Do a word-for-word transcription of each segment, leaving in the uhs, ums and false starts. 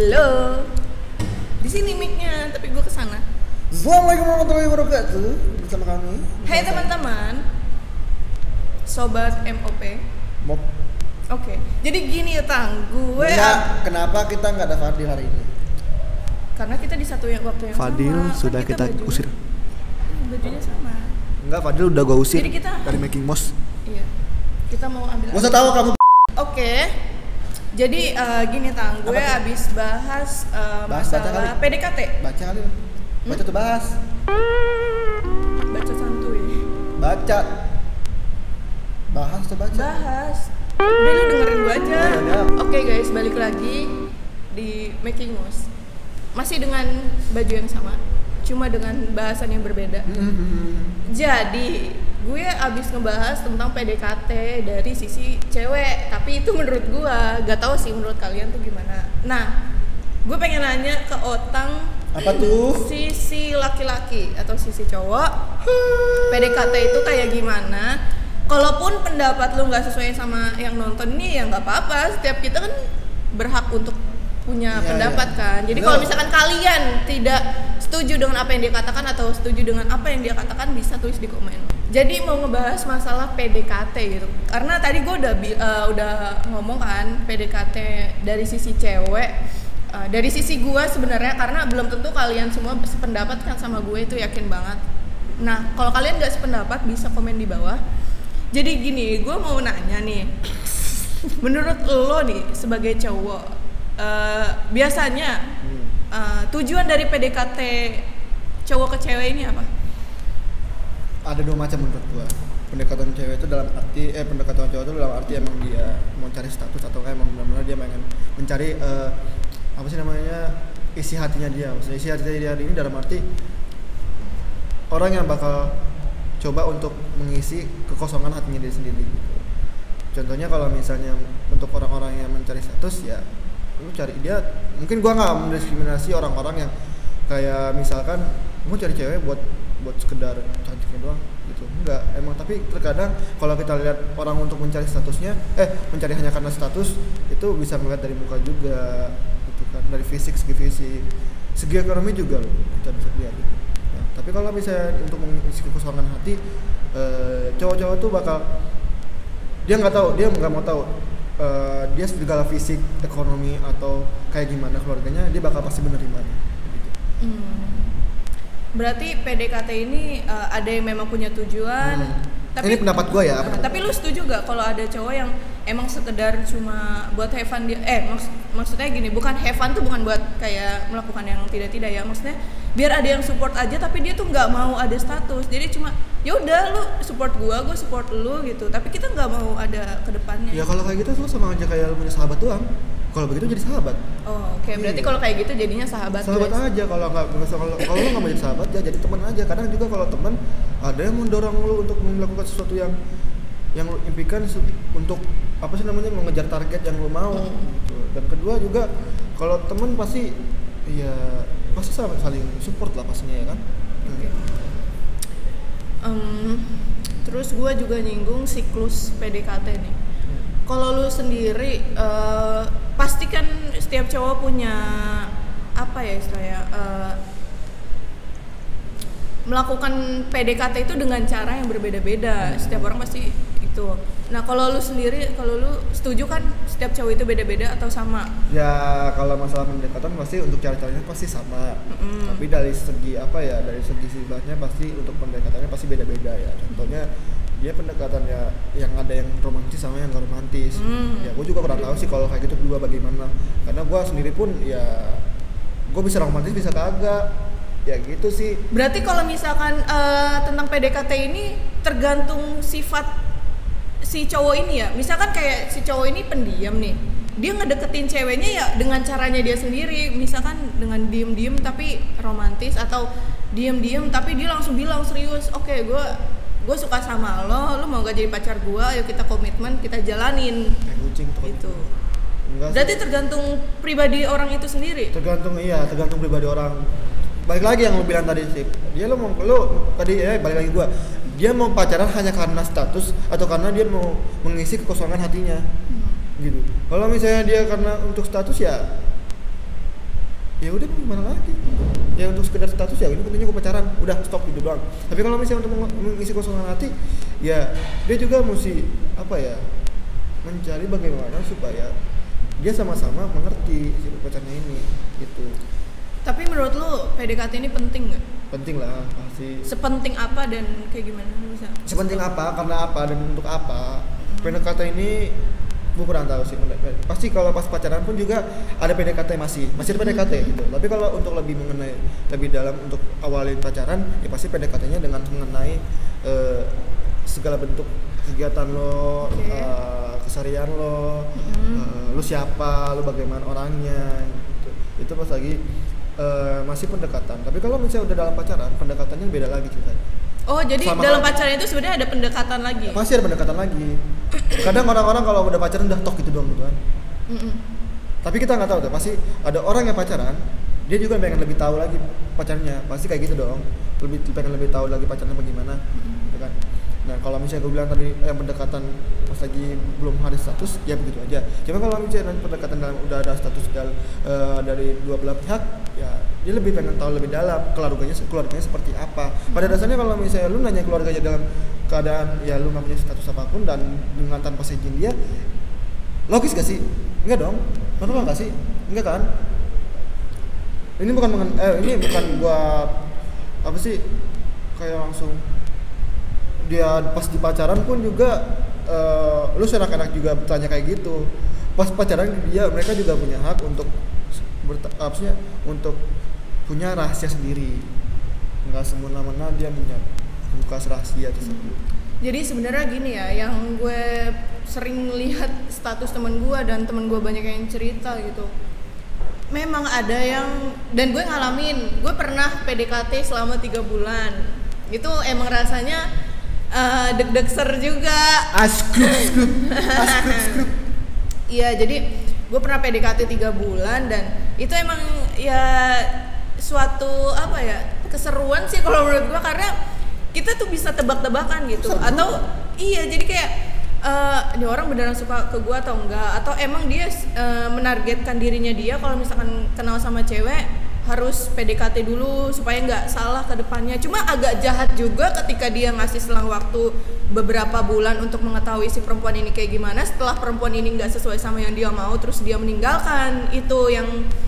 Halo. Di sini mic-nya, tapi gue kesana. Assalamualaikum warahmatullahi wabarakatuh. Bersama kami. Hai teman-teman, sobat M O P. Mop. Oke, jadi gini ya Tang, gue Ya, kenapa kita nggak ada Fadil hari ini? karena kita di satu yang waktu yang Fadil sama. sudah Kan kita baju- usir. Bajunya sama. Enggak, Fadil udah gua usir Jadi kita- dari Making Moss. Iya. Kita mau ambil. Gak usah tahu kamu. Oke. Jadi eh, gini Tang, gue Apa tuh? abis bahas, eh, Bahas baca masalah kali. P D K T. Baca kali. Baca tuh bahas. Baca santuy. Baca. Bahas tuh baca. Bahas. Udah lu dengerin gue aja. Ya, ya. Oke guys, balik lagi di Making Moss. Masih dengan baju yang sama, cuma dengan bahasan yang berbeda. Mm-hmm. Jadi, gue abis ngebahas tentang P D K T dari sisi cewek, tapi itu menurut gue, gak tahu sih menurut kalian tuh gimana. Nah, gue pengen nanya ke Otang, Apa tuh? sisi laki-laki atau sisi cowok, P D K T itu kayak gimana? Kalaupun pendapat lu nggak sesuai sama yang nonton nih, ya nggak apa-apa. Setiap kita kan berhak untuk punya Iya, pendapat iya. kan. Jadi Betul. kalau misalkan kalian tidak setuju dengan apa yang dia katakan atau setuju dengan apa yang dia katakan, bisa tulis di komen. Jadi mau ngebahas masalah P D K T gitu. Karena tadi gue udah bi- uh, udah ngomong kan P D K T dari sisi cewek, uh, dari sisi gue sebenarnya, karena belum tentu kalian semua sependapat kan sama gue, itu yakin banget. Nah, kalau kalian nggak sependapat bisa komen di bawah. Jadi gini, gue mau nanya nih, menurut lo nih sebagai cowok, uh, biasanya uh, tujuan dari P D K T cowok ke cewek ini apa? Ada dua macam menurut gua. Pendekatan cewek itu dalam arti eh pendekatan cowok itu dalam arti emang dia mau cari status atau kayak emang benar-benar dia pengen mencari eh, apa sih namanya isi hatinya dia. Maksudnya isi hatinya dia ini dalam arti orang yang bakal coba untuk mengisi kekosongan hatinya dia sendiri gitu. Contohnya kalau misalnya untuk orang-orang yang mencari status, ya lu cari dia, mungkin gua nggak mendiskriminasi orang-orang yang kayak misalkan mau cari cewek buat buat sekedar cantiknya doang gitu, enggak, emang. Tapi terkadang kalau kita lihat orang untuk mencari statusnya eh mencari hanya karena status, itu bisa melihat dari muka juga gitu kan, dari fisik, segi fisik, segi ekonomi juga loh, kita bisa lihat gitu. Nah, tapi kalau misalnya untuk mengisi kekosongan hati, eh, cowok-cowok tuh bakal dia nggak tahu, dia nggak mau tahu eh, dia segala fisik, ekonomi atau kayak gimana keluarganya, dia bakal pasti menerimanya gitu. Hmm. Berarti P D K T ini uh, ada yang memang punya tujuan. Hmm. Tapi, Ini pendapat gua ya. Uh, tapi lu setuju gak kalau ada cowok yang emang sekedar cuma buat have fun dia? Eh maks- maksudnya gini, bukan have fun tuh bukan buat kayak melakukan yang tidak-tidak ya. Maksudnya biar ada yang support aja, tapi dia tuh nggak mau ada status. Jadi cuma ya udah lu support gua, gua support lu gitu. Tapi kita nggak mau ada kedepannya. Ya kalau kayak gitu lu sama aja kayak lu punya sahabat doang. Kalau begitu jadi sahabat. Oh, oke. Okay. Berarti Iya. kalau kayak gitu jadinya sahabat. Sahabat guys. aja. Kalau nggak kalau kalau lu nggak mau jadi sahabat, ya jadi teman aja. Kadang juga kalau teman ada yang mendorong lu untuk melakukan sesuatu yang yang lu impikan su- untuk apa sih namanya mengejar target yang lu mau. Hmm. Gitu. Dan kedua juga kalau teman pasti ya pasti saling saling support lah pastinya ya kan. Oke. Um, terus gue juga nyinggung siklus P D K T nih. Kalau lu sendiri, uh, pasti kan setiap cowok punya apa ya istilahnya, uh, melakukan P D K T itu dengan cara yang berbeda-beda. Setiap orang pasti itu. Nah kalau lu sendiri, kalau lu setuju kan setiap cowok itu beda-beda atau sama? Ya kalau masalah pendekatan pasti untuk cara-caranya pasti sama. Mm-mm. Tapi dari segi apa ya, dari segi sifatnya pasti untuk pendekatannya pasti beda-beda ya. Contohnya dia pendekatannya yang ada yang romantis sama yang nggak romantis. Mm. Ya gue juga kurang tahu sih kalau kayak gitu dua bagaimana. Karena gue sendiri pun ya gue bisa romantis bisa kagak. Ya gitu sih. Berarti kalau misalkan uh, tentang P D K T ini tergantung sifat si cowok ini ya. Misalkan kayak si cowok ini pendiam nih, dia ngedeketin ceweknya ya dengan caranya dia sendiri. Misalkan dengan diem-diem tapi romantis, atau diem-diem tapi dia langsung bilang serius, oke okay, gue gue suka sama lo, lo mau gak jadi pacar gue, ayo kita komitmen, kita jalanin Kayak kucing tuh. gitu. Enggak sih. Berarti tergantung pribadi orang itu sendiri. Tergantung iya, tergantung pribadi orang. Balik lagi yang lu bilang tadi sih. Dia lu mau lu tadi ya balik lagi gua. Dia mau pacaran hanya karena status atau karena dia mau mengisi kekosongan hatinya. Hmm. Gitu. Kalau misalnya dia karena untuk status ya ya udah gimana lagi, ya untuk sekedar status ya ini pentingnya gue pacaran, udah stop gitu doang. Tapi kalau misalnya untuk mengisi kosongan hati, ya dia juga mesti apa ya, mencari bagaimana supaya dia sama-sama mengerti si pacarnya ini gitu. Tapi menurut lu P D K T ini penting nggak? Penting lah pasti. Sepenting apa dan kayak gimana bisa? Sepenting apa, karena apa, dan untuk apa? Hmm. P D K T ini gue kurang tahu sih. Pasti kalau pas pacaran pun juga ada P D K T masih, masih ada P D K T gitu. Tapi kalau untuk lebih mengenai lebih dalam untuk awalin pacaran, ya pasti P D K T-nya dengan mengenai uh, segala bentuk kegiatan lo, okay. uh, keseharian lo, mm-hmm. uh, lo siapa, lo bagaimana orangnya, gitu. Itu pas lagi uh, masih pendekatan. Tapi kalau misalnya udah dalam pacaran, pendekatannya beda lagi ceritanya. Oh, jadi sama dalam pacaran itu sebenarnya ada pendekatan lagi? Pasti ada pendekatan lagi. Kadang orang-orang kalau udah pacaran udah tok gitu doang gitu kan. Mm-hmm. Tapi kita nggak tahu tuh, pasti ada orang yang pacaran, dia juga pengen lebih tahu lagi pacarnya, pasti kayak gitu dong. Lebih pengen lebih tahu lagi pacarnya bagaimana, mm-hmm. gitu kan. Nah kalau misalnya gue bilang tadi yang pendekatan pas lagi belum ada status, ya begitu aja. Cuma kalau misalnya nanti pendekatan dalam udah ada status dal, uh, dari dua belah pihak, ya dia lebih pengen tahu lebih dalam keluarganya keluarganya seperti apa. Pada dasarnya kalau misalnya lu nanya keluarganya dalam keadaan ya lu nggak punya status apapun dan dengan tanpa seizin dia, logis gak sih? Enggak dong. Normal gak sih? Enggak kan? Ini bukan mengen, eh, ini bukan gua apa sih kayak langsung dia pas di pacaran pun juga uh, lu senak-enak juga bertanya kayak gitu. Pas pacaran dia mereka juga punya hak untuk bertapsnya untuk punya rahasia sendiri. Enggak semena-mena dia punya buka rahasia tersebut. Jadi sebenarnya gini ya, yang gue sering lihat status teman gue dan teman gue banyak yang cerita gitu. Memang ada yang, dan gue ngalamin, gue pernah P D K T selama tiga bulan. Itu emang rasanya Uh, deg-deg ser juga. Askruk skrup. Askruk skrup. Iya, jadi gue pernah P D K T tiga bulan dan itu emang ya suatu apa ya, keseruan sih kalau menurut gue, karena kita tuh bisa tebak-tebakan gitu. Seru. Atau iya, jadi kayak uh, ini orang beneran suka ke gue atau enggak, atau emang dia uh, menargetkan dirinya dia kalau misalkan kenal sama cewek harus P D K T dulu supaya nggak salah ke depannya. Cuma agak jahat juga ketika dia ngasih selang waktu beberapa bulan untuk mengetahui si perempuan ini kayak gimana. Setelah perempuan ini nggak sesuai sama yang dia mau, terus dia meninggalkan. Itu yang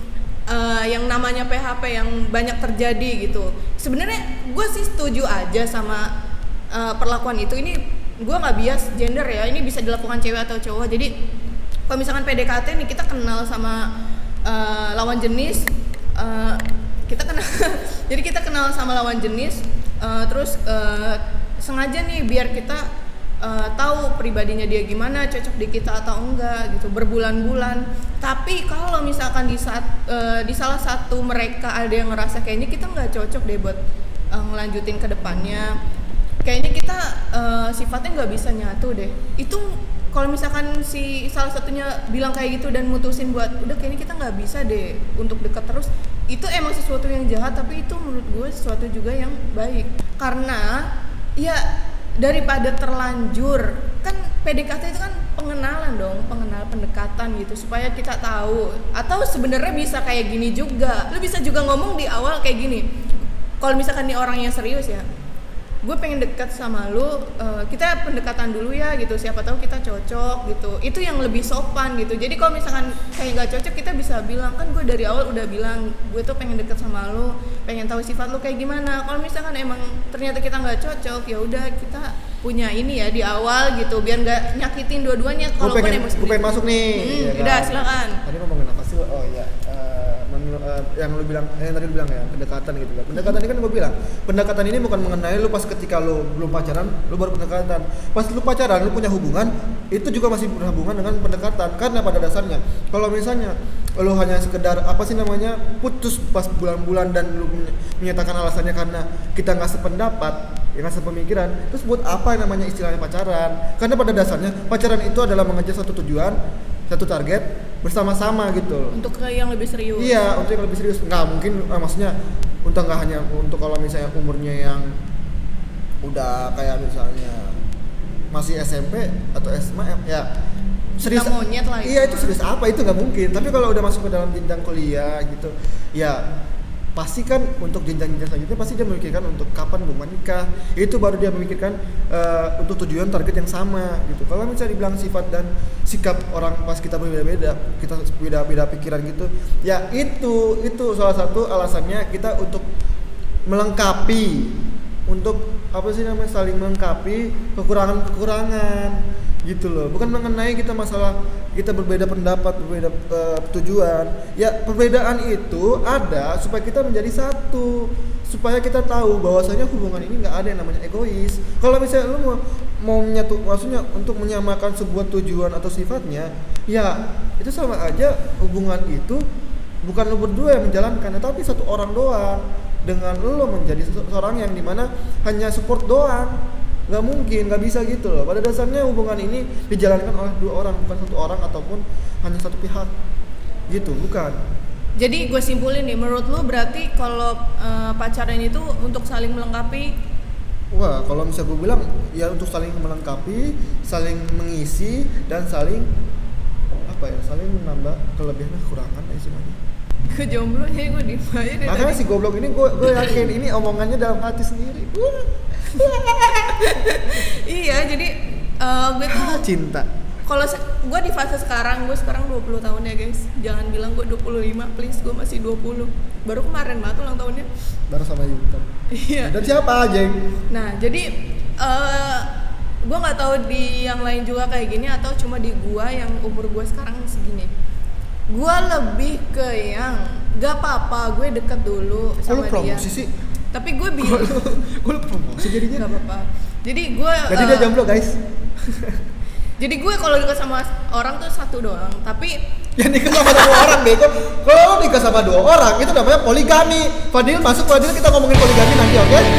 uh, yang namanya P H P yang banyak terjadi gitu. Sebenarnya gue sih setuju aja sama uh, perlakuan itu. Ini gue nggak bias gender ya, ini bisa dilakukan cewek atau cowok. Jadi kalau misalkan P D K T nih, kita kenal sama uh, lawan jenis. Uh, kita kenal jadi kita kenal sama lawan jenis, uh, terus uh, sengaja nih biar kita uh, tahu pribadinya dia gimana, cocok di kita atau enggak gitu berbulan-bulan. Tapi kalau misalkan di saat uh, di salah satu mereka ada yang ngerasa kayaknya kita nggak cocok deh buat uh, ngelanjutin ke depannya, kayaknya kita uh, sifatnya nggak bisa nyatu deh, itu kalau misalkan si salah satunya bilang kayak gitu dan mutusin buat udah kayaknya kita nggak bisa deh untuk dekat terus, itu emang sesuatu yang jahat. Tapi itu menurut gue sesuatu juga yang baik, karena ya daripada terlanjur, kan P D K T itu kan pengenalan dong, pengenalan pendekatan gitu supaya kita tahu. Atau sebenarnya bisa kayak gini juga, lu bisa juga ngomong di awal kayak gini, kalau misalkan nih orang yang serius ya, gue pengen dekat sama lu, uh, kita pendekatan dulu ya gitu, siapa tahu kita cocok gitu. Itu yang lebih sopan gitu. Jadi kalau misalkan kayak nggak cocok, kita bisa bilang, kan gue dari awal udah bilang gue tuh pengen deket sama lu, pengen tahu sifat lu kayak gimana. Kalau misalkan emang ternyata kita nggak cocok, ya udah kita punya ini ya di awal gitu, biar nggak nyakitin dua-duanya. Kalau gue pengen, gue pengen masuk nih. Hmm, ya udah kan? Silakan. Tadi ngomongin apa sih? Oh iya. Uh, yang lu bilang, eh, yang tadi lu bilang ya pendekatan gitu kan. Pendekatan ini kan gue bilang, pendekatan ini bukan mengenai lu pas ketika lu belum pacaran, lu baru pendekatan. Pas lu pacaran, lu punya hubungan, itu juga masih berhubungan dengan pendekatan. Karena pada dasarnya, kalau misalnya lu hanya sekedar apa sih namanya putus pas bulan-bulan dan lu menyatakan alasannya karena kita nggak sependapat, ya nggak sepemikiran, terus buat apa yang namanya istilahnya pacaran? Karena pada dasarnya pacaran itu adalah mengejar satu tujuan, satu target bersama-sama gitu. Untuk yang lebih serius. Iya, untuk yang lebih serius. Nggak mungkin, eh, maksudnya untuk nggak hanya untuk kalau misalnya umurnya yang udah kayak misalnya masih S M P atau S M A ya serius monyet lah iya itu serius apa itu nggak mungkin. Tapi kalau udah masuk ke dalam jenjang kuliah gitu ya pasti kan untuk jenjang-jenjang selanjutnya pasti dia memikirkan untuk kapan mau menikah, itu baru dia memikirkan uh, untuk tujuan target yang sama gitu. Kalau misalnya dibilang sifat dan sikap orang pas kita berbeda-beda, kita beda-beda pikiran gitu ya, itu itu salah satu alasannya kita untuk melengkapi, untuk apa sih namanya, saling melengkapi kekurangan-kekurangan gitu loh. Bukan mengenai kita masalah kita berbeda pendapat, berbeda uh, tujuan. Ya perbedaan itu ada supaya kita menjadi satu, supaya kita tahu bahwasanya hubungan ini nggak ada yang namanya egois. Kalau misalnya lu mau mau menyatu, maksudnya untuk menyamakan sebuah tujuan atau sifatnya, ya itu sama aja hubungan itu bukan lu berdua yang menjalankan, tapi satu orang doang dengan lu menjadi seseorang yang dimana hanya support doang. Nggak mungkin, nggak bisa gitu loh. Pada dasarnya hubungan ini dijalankan oleh dua orang, bukan satu orang ataupun hanya satu pihak gitu, bukan. Jadi gue simpulin nih, menurut lu berarti kalau uh, pacaran itu untuk saling melengkapi? Wah, kalau misalnya gue bilang ya untuk saling melengkapi, saling mengisi dan saling apa ya, saling menambah kelebihan dan kekurangan ya semuanya. Gue jomblo jadi gue diem aja deh. Makanya si goblok ini gue gue yakin ini omongannya dalam hati sendiri. Iya, jadi uh, gue tuh cinta. Kalau se- gue di fase sekarang, gue sekarang dua puluh tahun ya guys. Jangan bilang gue dua puluh lima, please, gue masih dua puluh. Baru kemarin banget ulang tahunnya. Baru sama Yuta. Iya. Dan siapa aja? Nah, jadi uh, gue nggak tahu di yang lain juga kayak gini atau cuma di gue yang umur gue sekarang segini. Gue lebih ke yang gak apa-apa, gue deket dulu sama oh, dia. Sih? Tapi gue bilang, gue promosi jadinya. Gak apa-apa. Jadi gue. Jadi uh, dia jomblo guys. Jadi gue kalau nikah sama orang tuh satu doang, tapi ya nikah sama dua orang deh. Kalau nikah sama dua orang itu namanya poligami. Fadil masuk, Fadil kita ngomongin poligami nanti, oke? Okay?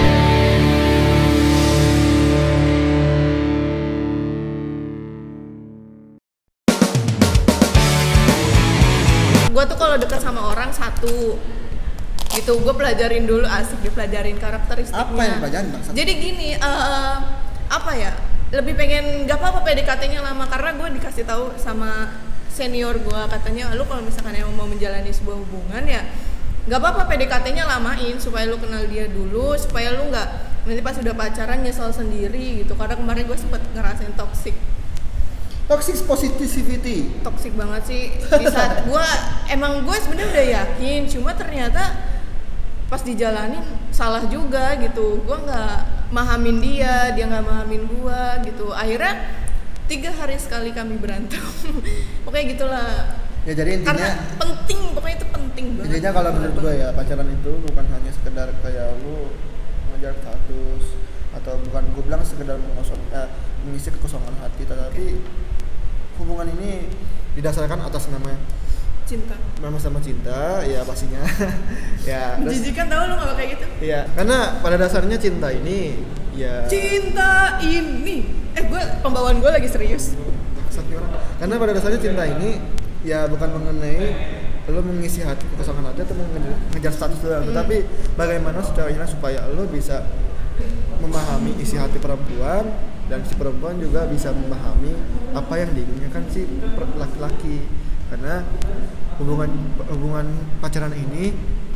Gue tuh kalau dekat sama orang satu gitu, gue pelajarin dulu, asik dipelajarin karakteristiknya. Apa yang pelajarin bang? Jadi gini, uh, apa ya? Lebih pengen gak apa-apa P D K T-nya lama karena gue dikasih tahu sama senior gue, katanya lu kalau misalkan emang mau menjalani sebuah hubungan ya gak apa-apa P D K T-nya lamain supaya lu kenal dia dulu, supaya lu nggak nanti pas udah pacaran nyesel sendiri gitu. Karena kemarin gue sempet ngerasain toxic. Toxic positivity. Toxic banget sih. Di saat gue emang gue sebenarnya udah yakin, cuma ternyata pas dijalanin salah juga gitu. Gue nggak mahamin dia, dia nggak mahamin gue gitu. Akhirnya tiga hari sekali kami berantem. Pokoknya gitulah. Ya jadi intinya. Karena penting, pokoknya itu penting banget. Intinya kalau menurut gue ya pacaran itu bukan hanya sekedar kayak lu ngejar status atau bukan gue bilang sekedar mengosong, eh, mengisi kekosongan hati, tetapi hubungan ini didasarkan atas nama cinta. Nama sama cinta, ya pastinya. Ya. Menjijikan tau lu nggak kayak gitu? Iya, karena pada dasarnya cinta ini, ya. Cinta ini, eh gue pembawaan gue lagi serius. Satu orang. Karena pada dasarnya cinta ini, ya bukan mengenai lo mengisi hati kekosongan hati atau mengejar, mengejar status doang, hmm. tetapi bagaimana secara jelas supaya lo bisa memahami isi hati perempuan dan si perempuan juga bisa memahami apa yang diinginkan si laki-laki. Karena hubungan hubungan pacaran ini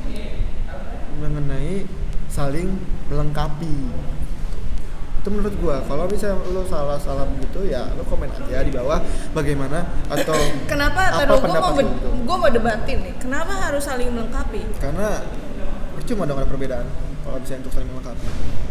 mengenai saling melengkapi. Itu menurut gua. Kalau misalnya lo salah-salah begitu ya lo komen aja di bawah bagaimana atau kenapa apa taruh gua pendapat mau be- itu. Gua mau debatin nih. Kenapa harus saling melengkapi? Karena cuma dong ada perbedaan kalau misalnya untuk saling melengkapi.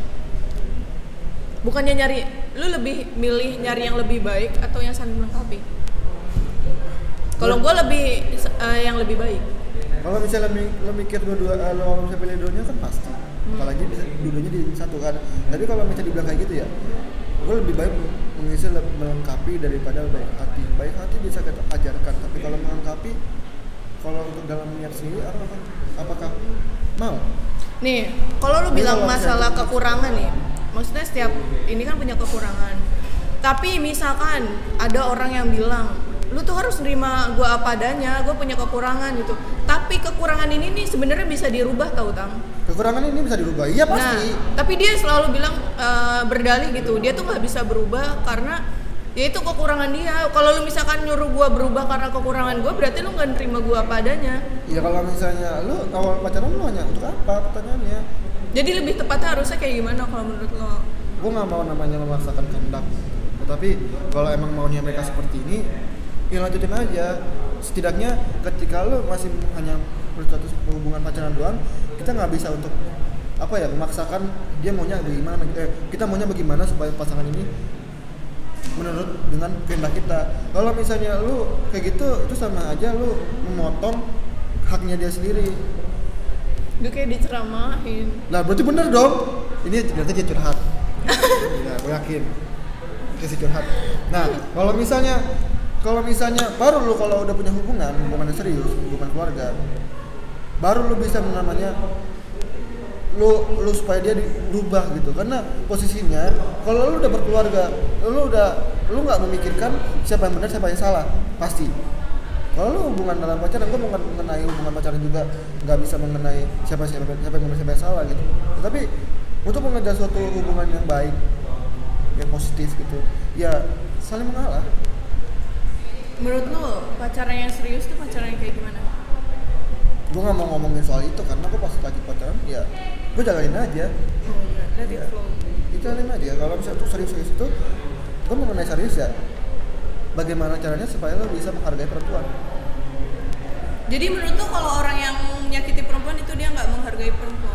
Bukannya nyari, lu lebih milih nyari yang lebih baik atau yang saling melengkapi? Kalau gue lebih uh, yang lebih baik. Kalau misalnya lo mikir dua-dua, uh, lo kalau misalnya pilih dua-duanya kan pasti. Hmm. Apalagi bisa dua-duanya di satu kan. Tapi kalau misalnya dibilang kayak gitu ya, gue lebih baik mengisi melengkapi daripada baik hati. Baik hati bisa kita ajarkan, tapi kalau melengkapi, kalau untuk dalam niat sendiri, apakah, apakah mau? Nih, kalau lu bilang masalah kekurangan nih. Maksudnya setiap ini kan punya kekurangan. Tapi misalkan ada orang yang bilang, lu tuh harus nerima gue apa adanya, gue punya kekurangan gitu. Tapi kekurangan ini nih sebenarnya bisa dirubah tau Tang. Kekurangan ini bisa dirubah, iya pasti. Nah, tapi dia selalu bilang uh, berdalih gitu, dia tuh nggak bisa berubah karena Ya itu kekurangan dia. Kalau lu misalkan nyuruh gua berubah karena kekurangan gua, berarti lu nggak nerima gua apa adanya. Ya kalau misalnya lu awal pacaran lu hanya untuk apa pertanyaannya? Jadi lebih tepatnya harusnya kayak gimana kalau menurut lo? Gua nggak mau namanya memaksakan kehendak. Tetapi kalau emang maunya mereka seperti ini, ya lanjutin aja. Setidaknya ketika lu masih hanya berstatus hubungan pacaran doang, kita nggak bisa untuk apa ya memaksakan dia maunya bagaimana. Eh, kita maunya bagaimana supaya pasangan ini menurut dengan kehendak kita. Kalau misalnya lu kayak gitu, itu sama aja lu memotong haknya dia sendiri. Gue kayak diceramahin. Nah berarti bener dong. Ini ternyata dia curhat. Ya, gue yakin dia si curhat. Nah kalau misalnya kalau misalnya baru lu kalau udah punya hubungan hubungan yang serius, hubungan keluarga, baru lu bisa namanya lu lu supaya dia dirubah gitu. Karena posisinya kalau lu udah berkeluarga, lu udah lu nggak memikirkan siapa yang benar siapa yang salah pasti. Kalau lu hubungan dalam pacaran, gua mau mengenai hubungan pacaran juga nggak bisa mengenai siapa siapa siapa yang benar siapa yang salah gitu. Tetapi untuk mengejar suatu hubungan yang baik, yang positif gitu, ya saling mengalah. Menurut lu pacaran yang serius tuh pacaran yang kayak gimana? Gue nggak mau ngomongin soal itu karena gue pas lagi pacaran ya gue jalanin aja. Oh iya, let it Ya, flow. itu jalanin aja. Kalau misalnya tuh serius-serius itu, gue mengenai serius ya. Bagaimana caranya supaya lo bisa menghargai perempuan? Jadi menurut lu kalau orang yang menyakiti perempuan itu dia nggak menghargai perempuan?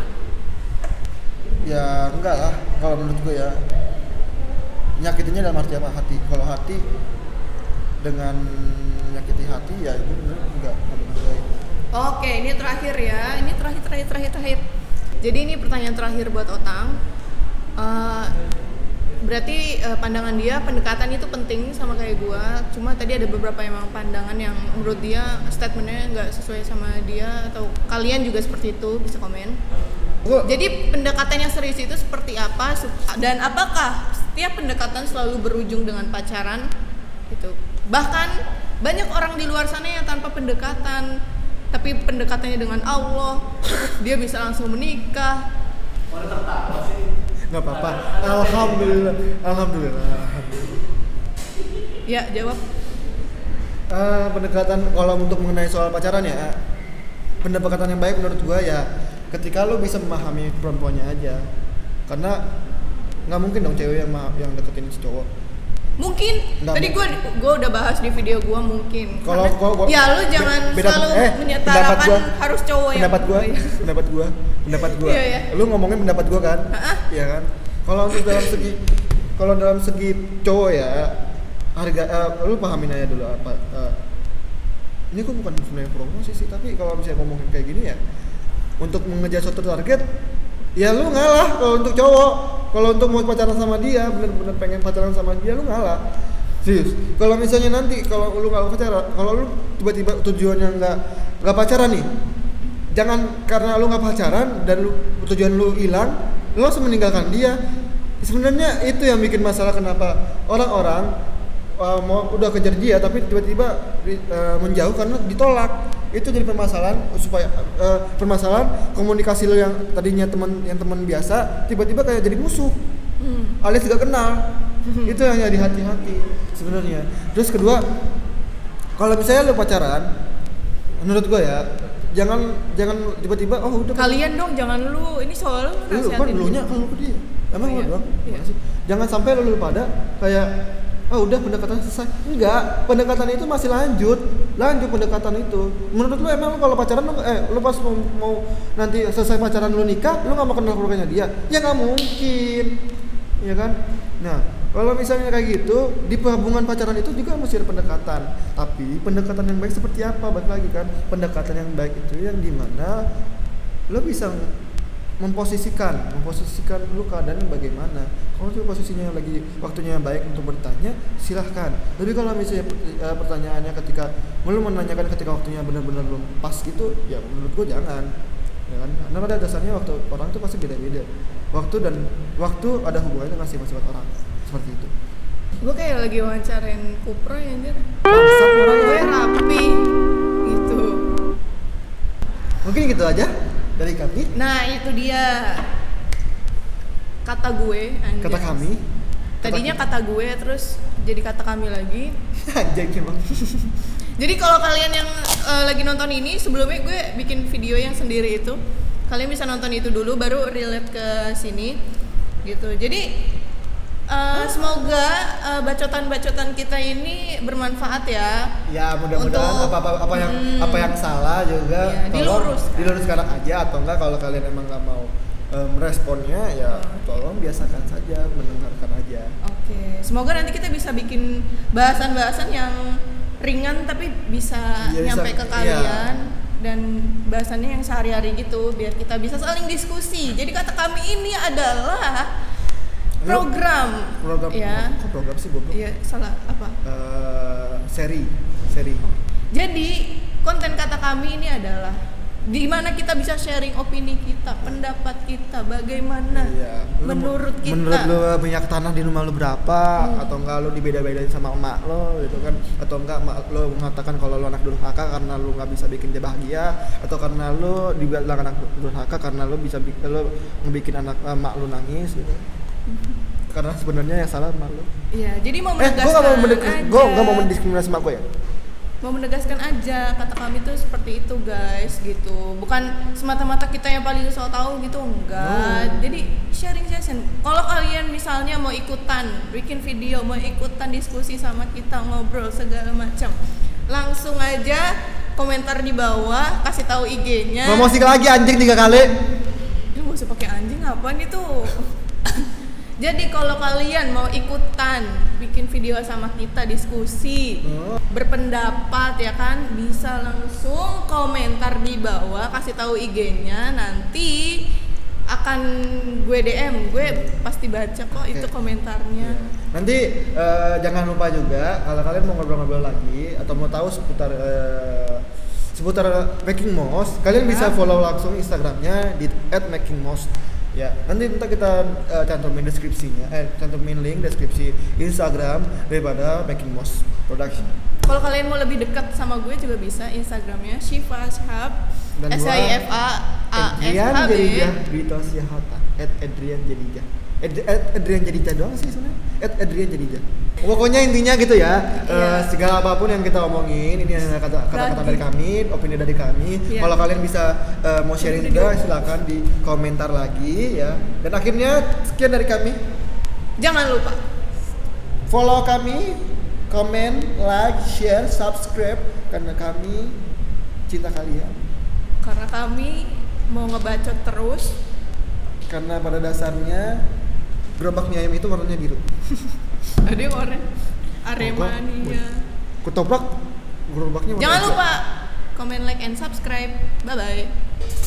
Ya enggak lah. Kalau menurut gue ya, nyakitinnya dalam arti apa? Hati. Kalau hati dengan menyakiti hati ya itu benar enggak menghargai. Oke, ini terakhir ya. Ini terakhir, terakhir, terakhir, terakhir. Jadi ini pertanyaan terakhir buat Otang. Uh, berarti uh, pandangan dia pendekatan itu penting sama kayak gua. Cuma tadi ada beberapa emang pandangan yang menurut dia statementnya nggak sesuai sama dia atau kalian juga seperti itu, bisa komen. Gua, Jadi pendekatan yang serius itu seperti apa dan apakah setiap pendekatan selalu berujung dengan pacaran? Gitu. Bahkan banyak orang di luar sana yang tanpa pendekatan tapi pendekatannya dengan Allah, dia bisa langsung menikah. nggak apa-apa. Alhamdulillah, alhamdulillah. alhamdulillah. Ya, jawab. Uh, pendekatan kalau untuk mengenai soal pacaran ya, pendekatan yang baik menurut gua ya, ketika lo bisa memahami perempuannya aja. Karena nggak mungkin dong cewek yang ma- yang deketin si cowok. Mungkin. Nggak Tadi gue gue udah bahas di video gue mungkin. Kalau gua, gua ya lu jangan beda, selalu eh, menyetarakan gua, harus cowok yang pendapat gua, Oh, iya. pendapat gua, pendapat gua. Iya, iya. Lu ngomongin pendapat gua kan? Ha-ha. Iya kan? Kalau untuk dalam segi kalau dalam segi cowok ya harga uh, lu pahamin aja dulu apa uh, ini gua bukan sebenarnya promosi sih, tapi kalau misalnya ngomongin kayak gini ya untuk mengejar suatu target ya lu ngalah kalau untuk cowok. Kalau untuk mau pacaran sama dia, bener-bener pengen pacaran sama dia, lu ngalah. Serius. Kalau misalnya nanti kalau lu nggak pacaran, kalau lu tiba-tiba tujuannya nggak nggak pacaran nih, jangan karena lu nggak pacaran dan lu tujuan lu hilang, lu langsung meninggalkan dia. Sebenarnya itu yang bikin masalah kenapa orang-orang uh, mau udah kejar dia tapi tiba-tiba uh, menjauh karena ditolak. Itu jadi permasalahan supaya uh, permasalahan komunikasi lo yang tadinya teman yang teman biasa tiba-tiba kayak jadi musuh, hmm. alias gak kenal. Hmm. Itu yang jadi hati-hati sebenarnya. Terus kedua, kalau misalnya lo pacaran, menurut gua ya jangan jangan tiba-tiba oh udah kalian dong jangan lu ini soal lu kan lu nya kalau ke dia emang oh, lu iya. doang Iya. Jangan sampai lu pada kayak ah udah pendekatan selesai. Enggak, pendekatan itu masih lanjut. Lanjut pendekatan itu. Menurut lu emang lu kalau pacaran lu eh lu pas mau, mau nanti selesai pacaran lu nikah, lu enggak mau kenal keluarganya dia? Ya enggak mungkin. Iya kan? Nah, kalau misalnya kayak gitu, di hubungan pacaran itu juga mesti ada pendekatan. Tapi pendekatan yang baik seperti apa? Balik lagi kan, pendekatan yang baik itu yang dimana lu bisa memposisikan, memposisikan lu keadaannya bagaimana. Kalau tuh posisinya lagi waktunya yang baik untuk bertanya, silahkan. Tapi kalau misalnya uh, pertanyaannya ketika lu menanyakan ketika waktunya benar-benar belum pas gitu, ya menurut gua jangan. Ya kan? Karena pada dasarnya waktu orang tuh pasti beda-beda. Waktu dan waktu ada hubungannya dengan sifat-sifat orang. Seperti itu. Gue kayak lagi wawancarain Kupro ya anjir. Bangsat orang Gue rapi gitu. Mungkin gitu aja dari kami. Nah itu dia kata gue anjir. Kata kami. Tadinya kata kata gue terus jadi kata kami lagi. Anjing emang. Jadi kalau kalian yang uh, lagi nonton ini, sebelumnya gue bikin video yang sendiri itu, kalian bisa nonton itu dulu baru relate ke sini gitu. Jadi Uh, semoga uh, bacotan-bacotan kita ini bermanfaat ya. Ya mudah-mudahan apa-apa apa yang hmm, apa yang salah juga ya, diluruskan. diluruskan aja, atau enggak kalau kalian emang nggak mau um, responnya ya hmm. tolong biasakan saja, mendengarkan aja. Oke, okay. Semoga nanti kita bisa bikin bahasan-bahasan yang ringan tapi bisa ya, nyampe bisa, ke kalian ya. Dan bahasannya yang sehari-hari gitu biar kita bisa saling diskusi. Jadi kata kami ini adalah program, program ya. Kok program sih goblok? Iya, salah apa? Uh, seri, seri. Jadi konten kata kami ini adalah di mana kita bisa sharing opini kita, pendapat kita, bagaimana iya. Lu, menurut kita. Menurut lu minyak tanah di rumah lu berapa? Hmm. Atau enggak lu dibeda-bedain sama emak lo gitu kan? Atau enggak emak lo mengatakan kalau lu anak durhaka karena lu nggak bisa bikin dia bahagia? Atau karena lu dibilang anak durhaka karena lu bisa bikin lu ngebikin anak emak lu nangis gitu? Karena sebenarnya yang salah malu. Iya, jadi mau eh, menegaskan gue gak mau mendek- aja. Gue gak mau mendiskriminasi mak gue ya. Mau menegaskan aja kata kami tuh seperti itu guys gitu. Bukan semata-mata kita yang paling so tahu gitu, enggak. No. Jadi sharing session. Kalau kalian misalnya mau ikutan bikin video, mau ikutan diskusi sama kita, ngobrol segala macam, langsung aja komentar di bawah, kasih tahu I G-nya. Promosi lagi anjing tiga kali. Ini gak usah pakai anjing, apaan itu? Jadi kalau kalian mau ikutan bikin video sama kita diskusi, oh. berpendapat ya kan, bisa langsung komentar di bawah, kasih tahu I G-nya, nanti akan gue D M, gue pasti baca kok okay. itu komentarnya. Yeah. Nanti uh, jangan lupa juga kalau kalian mau ngobrol-ngobrol lagi atau mau tahu seputar uh, seputar Making Mouse, kalian ya. bisa follow langsung Instagramnya di at making mouse. Ya, nanti ntar kita uh, cantumin deskripsinya, eh cantumin link deskripsi Instagram daripada Making Mouse Production. Kalau kalian mau lebih dekat sama gue juga bisa Instagramnya Syifa Ashab, S I F A A S H B. Adrian Dito Syahata, at Adrian Jadijah. Ad, ad, Adrian Jadijah doang sih sebenarnya. At Adrian Jadijah. Pokoknya intinya gitu ya, yeah. uh, segala apapun yang kita omongin, ini adalah kata-kata dari kami, opini dari kami. Yeah. Kalau kalian bisa uh, mau sharing juga, silakan di komentar lagi ya. Dan akhirnya sekian dari kami. Jangan lupa follow kami, komen, like, share, subscribe karena kami cinta kalian. Karena kami mau ngebacot terus. Karena pada dasarnya gerobak mie ayam itu warnanya biru. Ada yang oranye, Aremania. Ketoprak gerobaknya warna Jangan hijau. lupa comment, like, and subscribe. Bye bye.